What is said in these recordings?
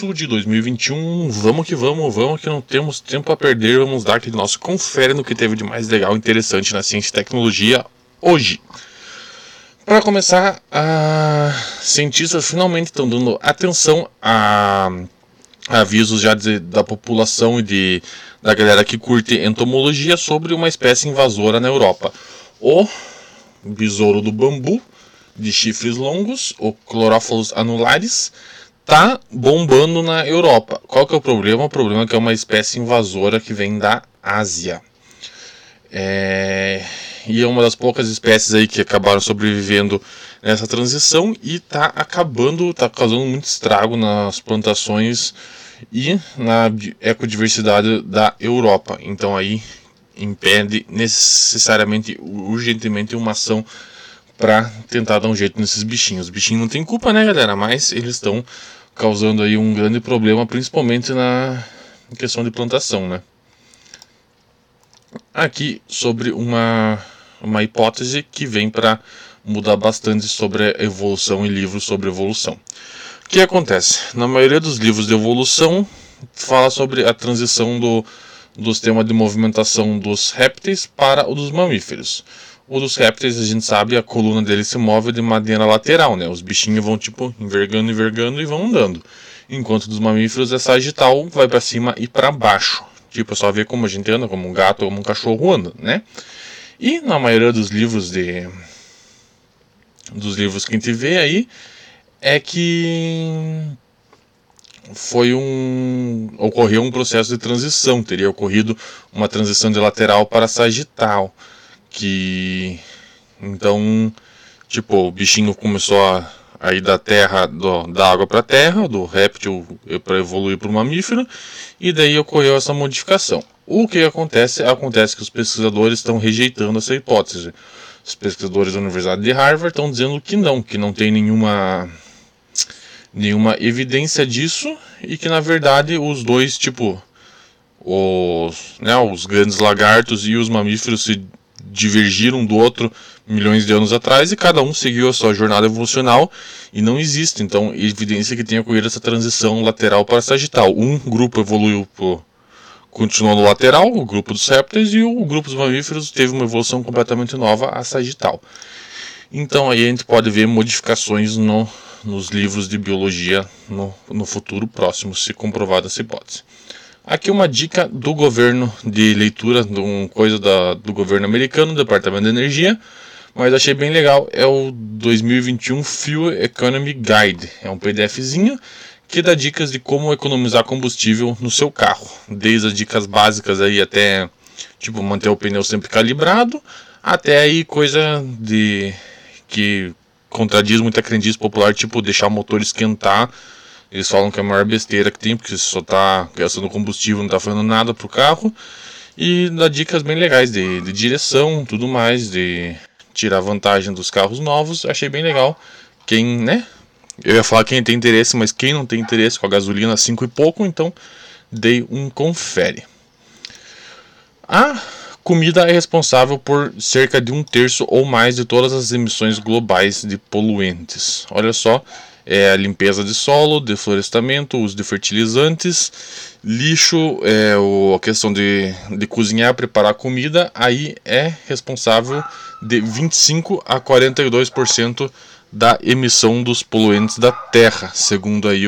março de 2021, vamos que não temos tempo a perder, vamos dar aquele nosso confere no que teve de mais legal e interessante na ciência e tecnologia hoje. Para começar, cientistas finalmente estão dando atenção a avisos já da população e da galera que curte entomologia sobre uma espécie invasora na Europa. O besouro do bambu, de chifres longos, o Chlorophyllus annularis, tá bombando na Europa. Qual que é o problema? O problema é que é uma espécie invasora que vem da Ásia. E é uma das poucas espécies aí que acabaram sobrevivendo nessa transição e tá causando muito estrago nas plantações e na ecodiversidade da Europa. Então aí impede necessariamente, urgentemente, uma ação para tentar dar um jeito nesses bichinhos. Os bichinhos não tem culpa, né, galera? Mas eles estão causando aí um grande problema, principalmente na questão de plantação, né? Aqui sobre uma hipótese que vem para mudar bastante sobre a evolução e livros sobre evolução. O que acontece? Na maioria dos livros de evolução fala sobre a transição do sistema de movimentação dos répteis para o dos mamíferos. O dos répteis, a gente sabe, a coluna deles se move de maneira lateral, né? Os bichinhos vão tipo envergando e vão andando. Enquanto dos mamíferos é sagital, vai para cima e para baixo. Tipo, é só ver como a gente anda, como um gato ou como um cachorro anda, né? E na maioria dos livros que a gente vê aí, é que ocorreu um processo de transição, teria ocorrido uma transição de lateral para sagital, que então, tipo, o bichinho começou a ir da terra, da água para a terra, do réptil para evoluir para o mamífero, e daí ocorreu essa modificação. O que acontece? Acontece que os pesquisadores estão rejeitando essa hipótese. Os pesquisadores da Universidade de Harvard estão dizendo que não tem nenhuma evidência disso, e que na verdade os dois, tipo, os grandes lagartos e os mamíferos se divergiram um do outro milhões de anos atrás e cada um seguiu a sua jornada evolucional e não existe, então, evidência que tenha ocorrido essa transição lateral para sagital. Um grupo continuou no lateral, o grupo dos répteis, e o grupo dos mamíferos teve uma evolução completamente nova a sagital. Então aí a gente pode ver modificações nos livros de biologia no futuro próximo, se comprovada essa hipótese. Aqui uma dica do governo de leitura, do governo americano, do Departamento de Energia, mas achei bem legal, é o 2021 Fuel Economy Guide. É um PDFzinho que dá dicas de como economizar combustível no seu carro, desde as dicas básicas aí até, tipo, manter o pneu sempre calibrado, até aí coisa que contradiz muita crendice popular, tipo deixar o motor esquentar. Eles falam que é a maior besteira que tem, porque você só está gastando combustível, não está fazendo nada para o carro. E dá dicas bem legais de direção, tudo mais, de tirar vantagem dos carros novos. Achei bem legal. Eu ia falar quem tem interesse, mas quem não tem interesse com a gasolina 5 e pouco, então dei um confere. A comida é responsável por cerca de 1/3 ou mais de todas as emissões globais de poluentes. Olha só. A limpeza de solo, deflorestamento, uso de fertilizantes, lixo, a questão de cozinhar, preparar comida, aí é responsável de 25 a 42% da emissão dos poluentes da Terra, segundo aí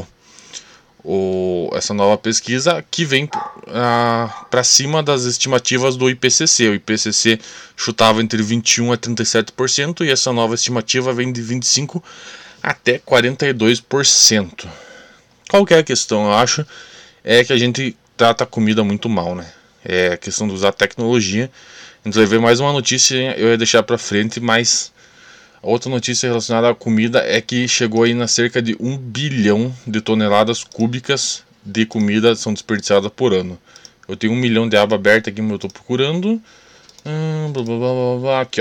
essa nova pesquisa, que vem para cima das estimativas do IPCC. O IPCC chutava entre 21 a 37%, e essa nova estimativa vem de 25 até 42%. Qual que é a questão? Eu acho que a gente trata a comida muito mal, né? É a questão de usar tecnologia. A gente vai ver mais uma notícia, eu ia deixar para frente, mas a outra notícia relacionada à comida é que chegou aí na cerca de 1 bilhão de toneladas cúbicas de comida são desperdiçadas por ano. Eu tenho 1 milhão de aba aberta aqui, mas eu estou procurando. Aqui, ó.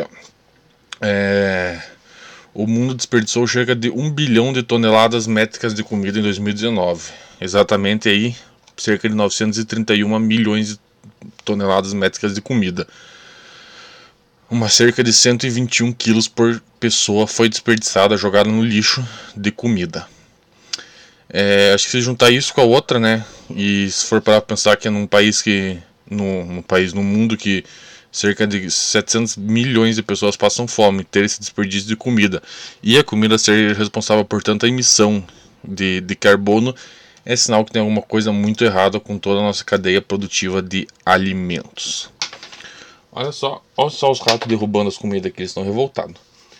O mundo desperdiçou cerca de 1 bilhão de toneladas métricas de comida em 2019. Exatamente aí, cerca de 931 milhões de toneladas métricas de comida. Cerca de 121 quilos por pessoa foi desperdiçada, jogada no lixo de comida. Acho que se juntar isso com a outra, né, e se for para pensar que é num país que, no mundo que cerca de 700 milhões de pessoas passam fome, ter esse desperdício de comida e a comida ser responsável por tanta emissão de carbono, é sinal que tem alguma coisa muito errada com toda a nossa cadeia produtiva de alimentos. Olha só os ratos derrubando as comidas que eles estão revoltados.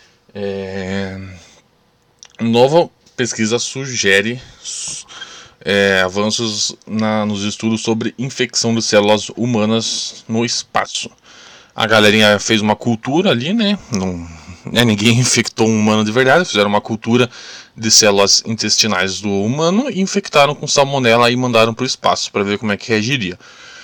Nova pesquisa sugere avanços nos estudos sobre infecção de células humanas no espaço. A galerinha fez uma cultura ali, né? Ninguém infectou um humano de verdade, fizeram uma cultura de células intestinais do humano e infectaram com salmonela e mandaram para o espaço para ver como é que reagiria.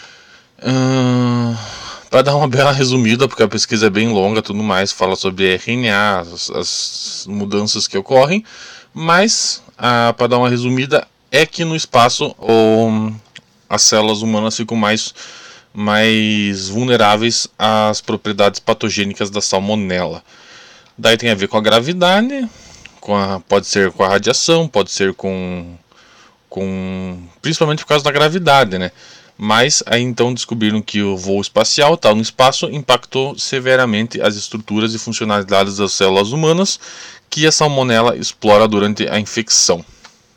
Para dar uma bela resumida, porque a pesquisa é bem longa, tudo mais, fala sobre RNA, as mudanças que ocorrem, mas para dar uma resumida, é que no espaço as células humanas ficam mais vulneráveis às propriedades patogênicas da salmonela. Daí tem a ver com a gravidade, pode ser com a radiação, pode ser com principalmente por causa da gravidade, né? Mas aí então descobriram que o voo espacial, tal no espaço, impactou severamente as estruturas e funcionalidades das células humanas que a salmonela explora durante a infecção.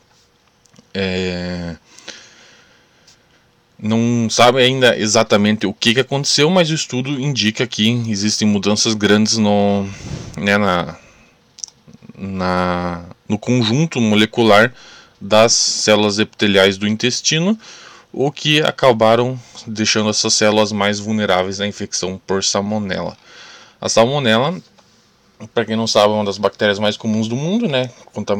Não sabe ainda exatamente o que aconteceu, mas o estudo indica que existem mudanças grandes no conjunto molecular das células epiteliais do intestino, o que acabaram deixando essas células mais vulneráveis à infecção por salmonela. A salmonela, para quem não sabe, é uma das bactérias mais comuns do mundo, né?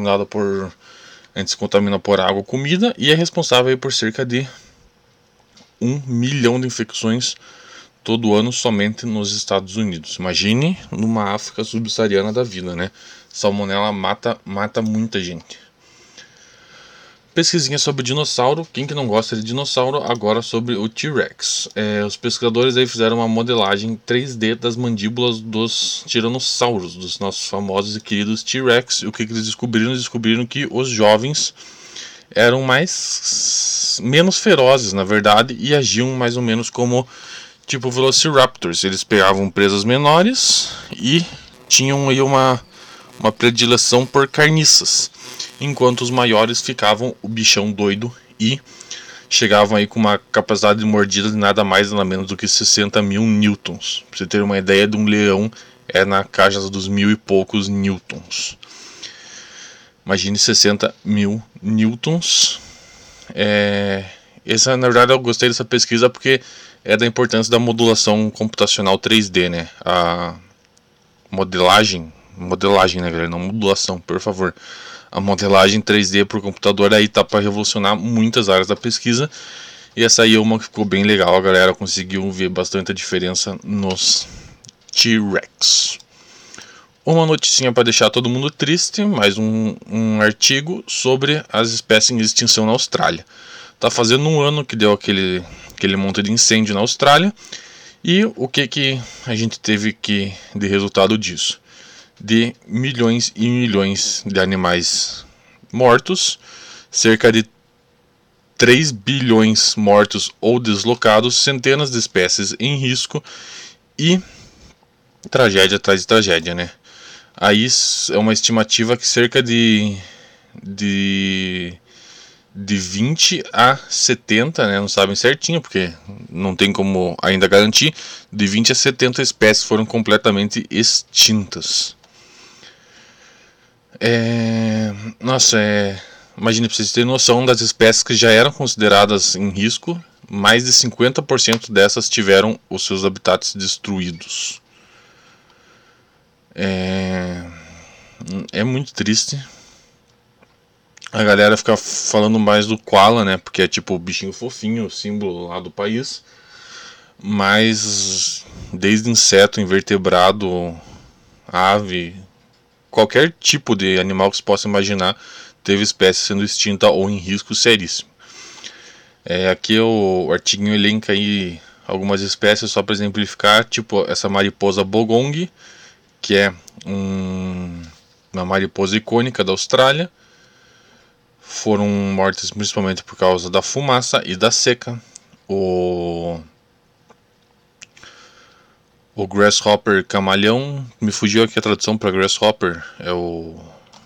A gente se contamina por água ou comida e é responsável por cerca de 1 milhão de infecções todo ano somente nos Estados Unidos. Imagine numa África subsaariana da vida, né? Salmonela mata muita gente. Pesquisinha sobre dinossauro. Quem que não gosta de dinossauro? Agora sobre o T-Rex. Os pesquisadores aí fizeram uma modelagem 3D das mandíbulas dos tiranossauros, dos nossos famosos e queridos T-Rex. E o que eles descobriram? Eles descobriram que os jovens eram menos ferozes, na verdade, e agiam mais ou menos como tipo Velociraptors. Eles pegavam presas menores e tinham aí uma predileção por carniças, enquanto os maiores ficavam o bichão doido e chegavam aí com uma capacidade de mordida de nada mais nada menos do que 60 mil newtons. Pra você ter uma ideia, de um leão é na casa dos 1000 e poucos newtons. Imagine 60 mil newtons. Na verdade, eu gostei dessa pesquisa porque é da importância da modulação computacional 3D, né? A modelagem, né, galera? Não modulação, por favor. A modelagem 3D por computador aí tá para revolucionar muitas áreas da pesquisa. E essa aí é uma que ficou bem legal. A galera conseguiu ver bastante a diferença nos T-Rex. Uma noticinha para deixar todo mundo triste, mais um artigo sobre as espécies em extinção na Austrália. Tá fazendo um ano que deu aquele monte de incêndio na Austrália. E o que a gente teve de resultado disso? De milhões e milhões de animais mortos, cerca de 3 bilhões mortos ou deslocados, centenas de espécies em risco e tragédia atrás de tragédia, né? Aí é uma estimativa que cerca de 20 a 70, né, não sabem certinho, porque não tem como ainda garantir, de 20 a 70 espécies foram completamente extintas. Imagine, para vocês terem noção das espécies que já eram consideradas em risco, mais de 50% dessas tiveram os seus habitats destruídos. É muito triste. A galera fica falando mais do koala, né? Porque é tipo o bichinho fofinho, o símbolo lá do país. Mas desde inseto, invertebrado, ave, qualquer tipo de animal que você possa imaginar, teve espécie sendo extinta ou em risco seríssimo. Aqui o artiguinho elenca aí algumas espécies só para exemplificar, tipo essa mariposa bogong, que é uma mariposa icônica da Austrália. foram mortas principalmente por causa da fumaça e da seca. O Grasshopper camaleão, me fugiu aqui a tradução para Grasshopper, é o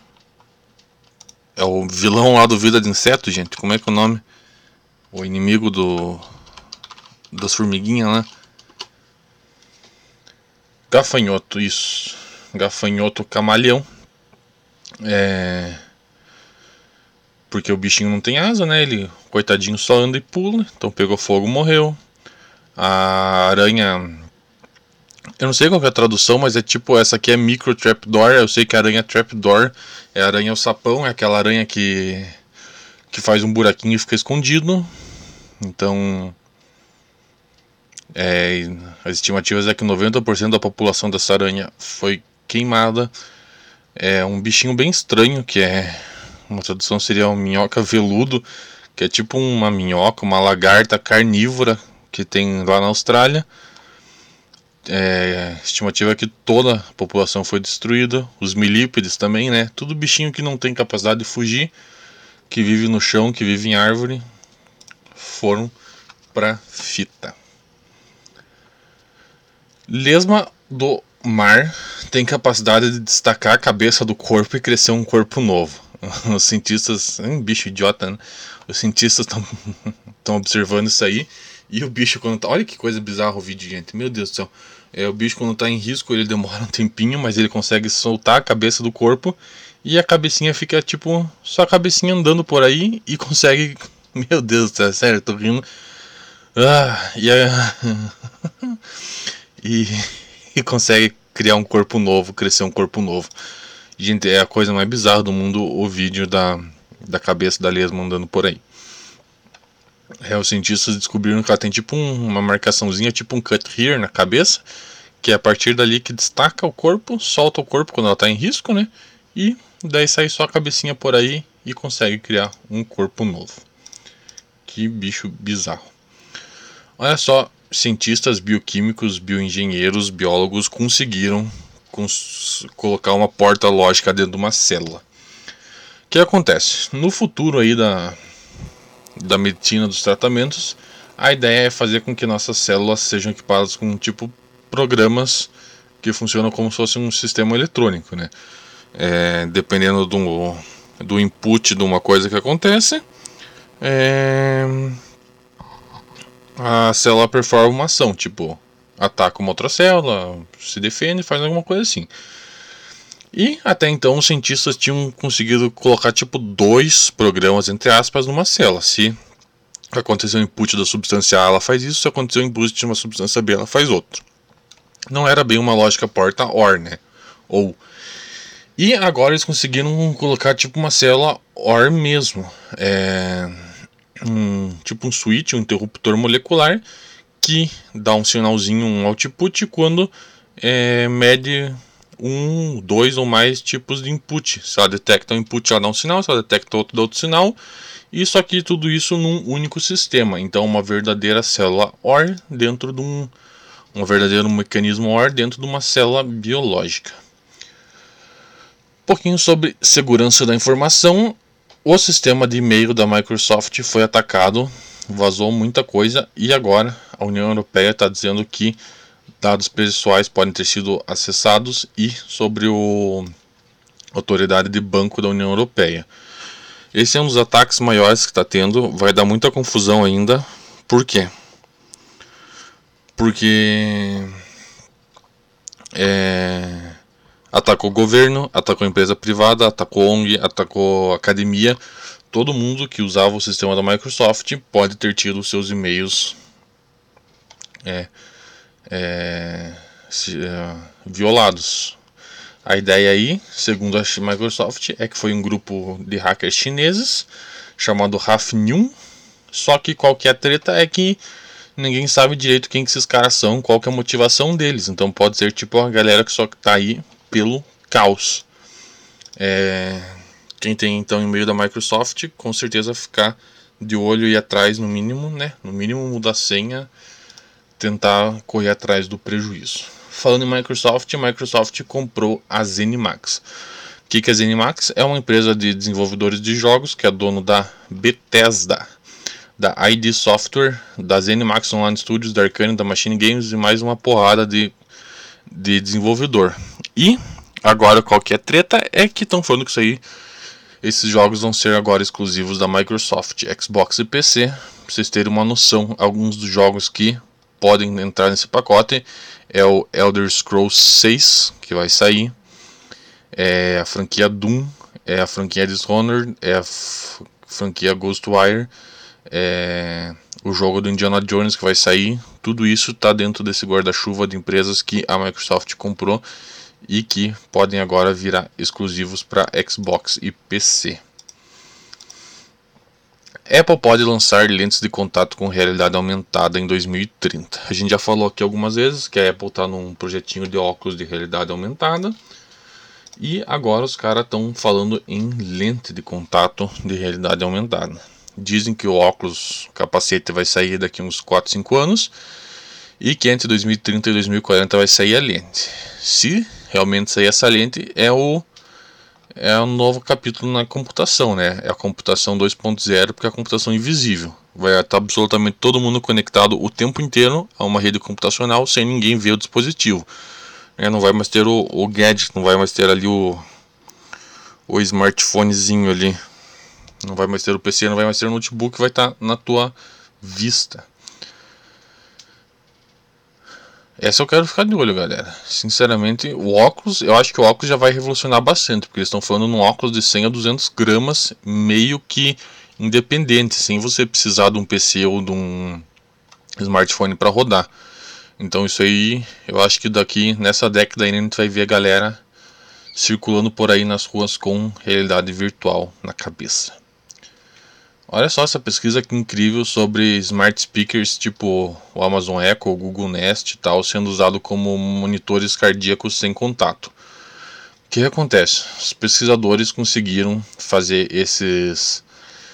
vilão lá do Vida de Inseto, gente. Como é que é o nome? O inimigo das formiguinhas lá. Gafanhoto, isso. Gafanhoto camaleão. Porque o bichinho não tem asa, né? Ele, coitadinho, só anda e pula. Então pegou fogo, morreu. A aranha... Eu não sei qual que é a tradução, mas é tipo, essa aqui é Micro Trapdoor. Eu sei que a aranha Trapdoor é a aranha o sapão, é aquela aranha que faz um buraquinho e fica escondido. Então, as estimativas é que 90% da população dessa aranha foi queimada. É um bichinho bem estranho, que é... Uma tradução seria uma minhoca veludo, que é tipo uma minhoca, uma lagarta carnívora que tem lá na Austrália. A estimativa é que toda a população foi destruída, os milípedes também, né? Tudo bichinho que não tem capacidade de fugir, que vive no chão, que vive em árvore, foram pra fita. Lesma do mar tem capacidade de destacar a cabeça do corpo e crescer um corpo novo. Os cientistas, bicho idiota, né? Os cientistas estão observando isso aí. E o bicho quando tá... Olha que coisa bizarra o vídeo, gente. Meu Deus do céu. O bicho quando tá em risco, ele demora um tempinho, mas ele consegue soltar a cabeça do corpo. E a cabecinha fica tipo... Só a cabecinha andando por aí e consegue... Meu Deus do céu, sério, eu tô rindo. E consegue criar um corpo novo, crescer um corpo novo. Gente, é a coisa mais bizarra do mundo o vídeo da cabeça da lesma andando por aí. Os cientistas descobriram que ela tem tipo uma marcaçãozinha, tipo um cut here na cabeça, que é a partir dali que destaca o corpo, solta o corpo quando ela está em risco, né? E daí sai só a cabecinha por aí e consegue criar um corpo novo. Que bicho bizarro. Olha só, cientistas bioquímicos, bioengenheiros, biólogos conseguiram colocar uma porta lógica dentro de uma célula. O que acontece? No futuro aí da medicina dos tratamentos, a ideia é fazer com que nossas células sejam equipadas com tipo programas que funcionam como se fosse um sistema eletrônico, né? Dependendo do input de uma coisa que acontece, a célula performa uma ação, tipo ataca uma outra célula, se defende, faz alguma coisa assim. E até então os cientistas tinham conseguido colocar tipo 2 programas, entre aspas, numa célula. Se acontecer o input da substância A, ela faz isso. Se acontecer o input de uma substância B, ela faz outro. Não era bem uma lógica porta-OR, né? E agora eles conseguiram colocar tipo uma célula OR mesmo. Tipo um switch, um interruptor molecular que dá um sinalzinho, um output quando mede 1, 2 ou mais tipos de input. Se ela detecta um input, ela dá um sinal. Se ela detecta outro, dá outro sinal. Isso aqui, tudo isso num único sistema. Então, uma verdadeira célula OR dentro de um verdadeiro mecanismo OR dentro de uma célula biológica. Um pouquinho sobre segurança da informação. O sistema de e-mail da Microsoft foi atacado, vazou muita coisa e agora a União Europeia está dizendo que dados pessoais podem ter sido acessados e sobre a autoridade de banco da União Europeia. Esse é um dos ataques maiores que está tendo, vai dar muita confusão ainda. Por quê? Porque atacou o governo, atacou a empresa privada, atacou ONG, atacou a academia. Todo mundo que usava o sistema da Microsoft pode ter tido seus e-mails violados. A ideia aí, segundo a Microsoft, é que foi um grupo de hackers chineses chamado Hafnium. Só que qualquer treta é que ninguém sabe direito quem que esses caras são, qual que é a motivação deles. Então pode ser tipo a galera que só tá aí pelo caos. Quem tem então e-mail da Microsoft, com certeza ficar de olho e atrás no mínimo, né? No mínimo mudar a senha, tentar correr atrás do prejuízo. Falando em Microsoft, a Microsoft comprou a ZeniMax. que é a ZeniMax? É uma empresa de desenvolvedores de jogos que é dono da Bethesda, da ID Software, da ZeniMax Online Studios, da Arcane, da Machine Games e mais uma porrada de desenvolvedor. E agora qual que é a treta? É que estão falando que isso aí, esses jogos vão ser agora exclusivos da Microsoft, Xbox e PC. Pra vocês terem uma noção, alguns dos jogos que podem entrar nesse pacote é o Elder Scrolls 6, que vai sair, é a franquia Doom, é a franquia Dishonored, é a franquia Ghostwire, é o jogo do Indiana Jones que vai sair. Tudo isso está dentro desse guarda-chuva de empresas que a Microsoft comprou e que podem agora virar exclusivos para Xbox e PC. Apple pode lançar lentes de contato com realidade aumentada em 2030. A gente já falou aqui algumas vezes que a Apple está num projetinho de óculos de realidade aumentada. E agora os caras estão falando em lente de contato de realidade aumentada. Dizem que o óculos, capacete, vai sair daqui uns 4, 5 anos. E que entre 2030 e 2040 vai sair a lente. Se realmente sair essa lente, é um novo capítulo na computação, né? É a computação 2.0, porque é a computação invisível. Vai estar absolutamente todo mundo conectado o tempo inteiro a uma rede computacional sem ninguém ver o dispositivo. Não vai mais ter o gadget, não vai mais ter ali o smartphonezinho ali. Não vai mais ter o PC, não vai mais ter o notebook, vai estar na tua vista. Essa eu quero ficar de olho, galera. Sinceramente, o óculos, eu acho que o óculos já vai revolucionar bastante, porque eles estão falando num óculos de 100 a 200 gramas, meio que independente, sem você precisar de um PC ou de um smartphone para rodar. Então isso aí, eu acho que daqui, nessa década ainda a gente vai ver a galera circulando por aí nas ruas com realidade virtual na cabeça. Olha só essa pesquisa que incrível sobre smart speakers tipo o Amazon Echo, o Google Nest e tal, sendo usado como monitores cardíacos sem contato. O que acontece? Os pesquisadores conseguiram fazer esses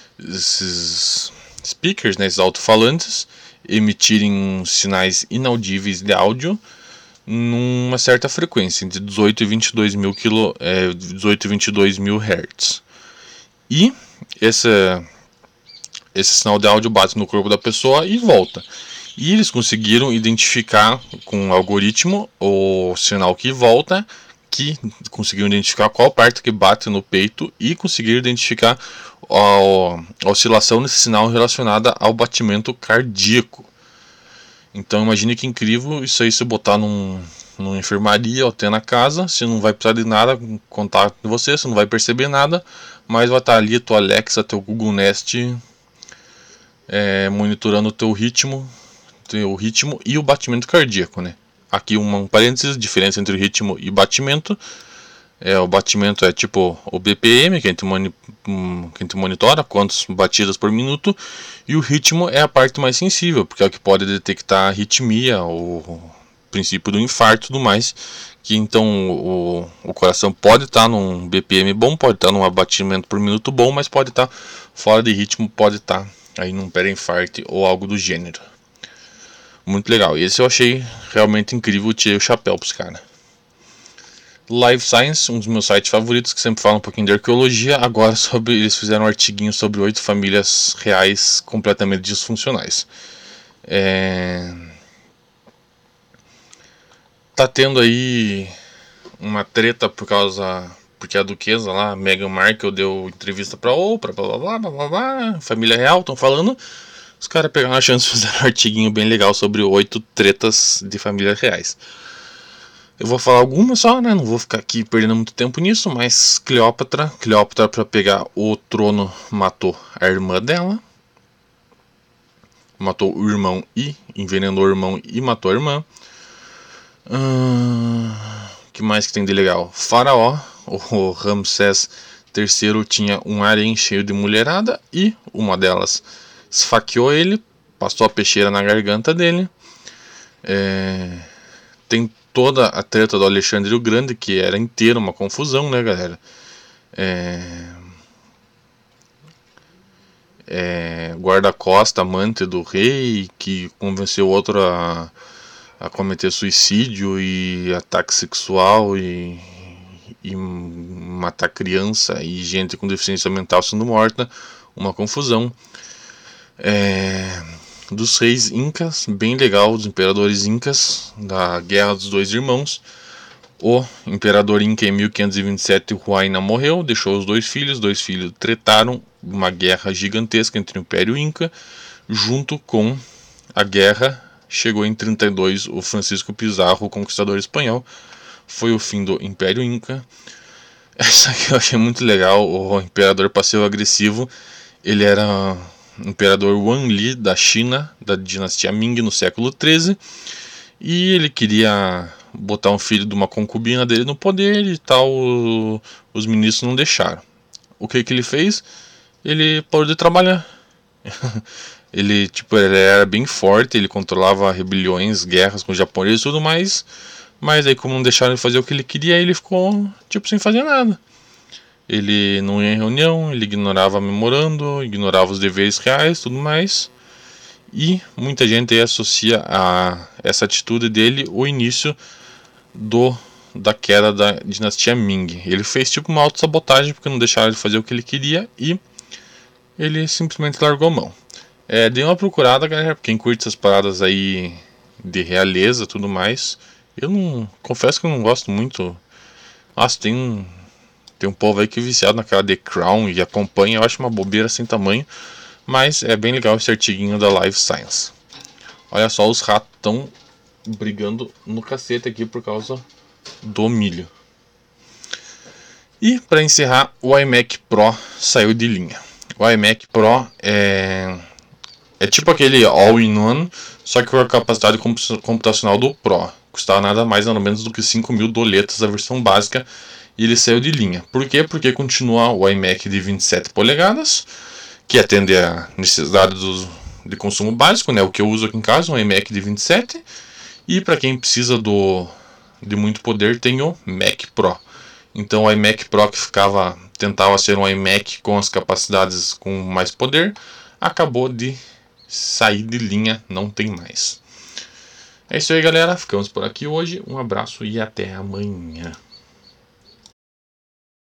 speakers, né, esses alto-falantes, emitirem sinais inaudíveis de áudio numa certa frequência, entre 18 e 22 mil, 18 e 22 mil Hz. E esse sinal de áudio bate no corpo da pessoa e volta. E eles conseguiram identificar com um algoritmo o sinal que volta, que conseguiram identificar qual parte que bate no peito e conseguiram identificar a oscilação desse sinal relacionada ao batimento cardíaco. Então imagine que incrível isso aí, se botar numa enfermaria ou até na casa, você não vai precisar de nada, contato de você não vai perceber nada, mas vai estar ali a tua Alexa, teu Google Nest monitorando o teu ritmo e o batimento cardíaco, né? Aqui um parênteses, diferença entre ritmo e batimento. O batimento é tipo o BPM, que a gente monitora, quantas batidas por minuto, e o ritmo é a parte mais sensível, porque é o que pode detectar a arritmia, o princípio do infarto e tudo mais, que então o coração pode estar num BPM bom, pode estar num batimento por minuto bom, mas pode estar fora de ritmo, pode estar aí num pré-infarto ou algo do gênero. Muito legal, esse eu achei realmente incrível, tirei o chapéu pros caras. Live Science, um dos meus sites favoritos, que sempre fala um pouquinho de arqueologia. Agora eles fizeram um artiguinho sobre 8 famílias reais completamente disfuncionais. Tá tendo aí uma treta porque a duquesa lá, Meghan Markle, deu entrevista pra Oprah, blá blá blá blá blá, família real, estão falando. Os caras pegaram a chance de fazer um artiguinho bem legal sobre 8 tretas de famílias reais. Eu vou falar algumas só, né? Não vou ficar aqui perdendo muito tempo nisso, mas Cleópatra para pegar o trono matou a irmã dela, matou o irmão e envenenou o irmão e matou a irmã. Que mais que tem de legal? Faraó, o Ramsés III tinha um harém cheio de mulherada e uma delas esfaqueou ele, passou a peixeira na garganta dele. Tem toda a treta do Alexandre o Grande, que era inteira uma confusão, né, galera? Guarda-costa, amante do rei, que convenceu o outro a cometer suicídio e ataque sexual e e matar criança e gente com deficiência mental sendo morta, uma confusão. Dos reis incas, bem legal, dos imperadores incas, da Guerra dos Dois Irmãos. O imperador inca em 1527, Huayna, morreu, deixou os dois filhos tretaram, uma guerra gigantesca entre o Império Inca, junto com a guerra, chegou em 32 o Francisco Pizarro, o conquistador espanhol, foi o fim do Império Inca. Essa aqui eu achei muito legal, o imperador passivo-agressivo, ele era o imperador Wanli da China, da dinastia Ming no século XIII, e ele queria botar um filho de uma concubina dele no poder e tal, os ministros não deixaram. O que ele fez? Ele parou de trabalhar. ele era bem forte, ele controlava rebeliões, guerras com os japoneses e tudo mais, mas aí como não deixaram ele fazer o que ele queria, ele ficou sem fazer nada. Ele não ia em reunião, ele ignorava memorando, ignorava os deveres reais, tudo mais. E muita gente aí associa a essa atitude dele o início da queda da dinastia Ming. Ele fez uma autossabotagem porque não deixaram ele fazer o que ele queria e ele simplesmente largou a mão. Dê uma procurada, galera, quem curte essas paradas aí de realeza e tudo mais. Eu confesso que eu não gosto muito. Nossa, tem um povo aí que é viciado naquela The Crown e acompanha, eu acho uma bobeira sem tamanho. Mas é bem legal esse artiguinho da Live Science. Olha só, os ratos estão brigando no cacete aqui por causa do milho. E para encerrar, o iMac Pro saiu de linha. O iMac Pro é tipo aquele All-in-One, só que com a capacidade computacional do Pro. Custava nada mais nada menos do que 5.000 doletas a versão básica e ele saiu de linha. Por quê? Porque continua o iMac de 27 polegadas, que atende a necessidade de consumo básico, né? O que eu uso aqui em casa, um iMac de 27. E para quem precisa de muito poder, tem o Mac Pro. Então o iMac Pro que tentava ser um iMac com as capacidades com mais poder, acabou de sair de linha, não tem mais. É isso aí, galera. Ficamos por aqui hoje. Um abraço e até amanhã.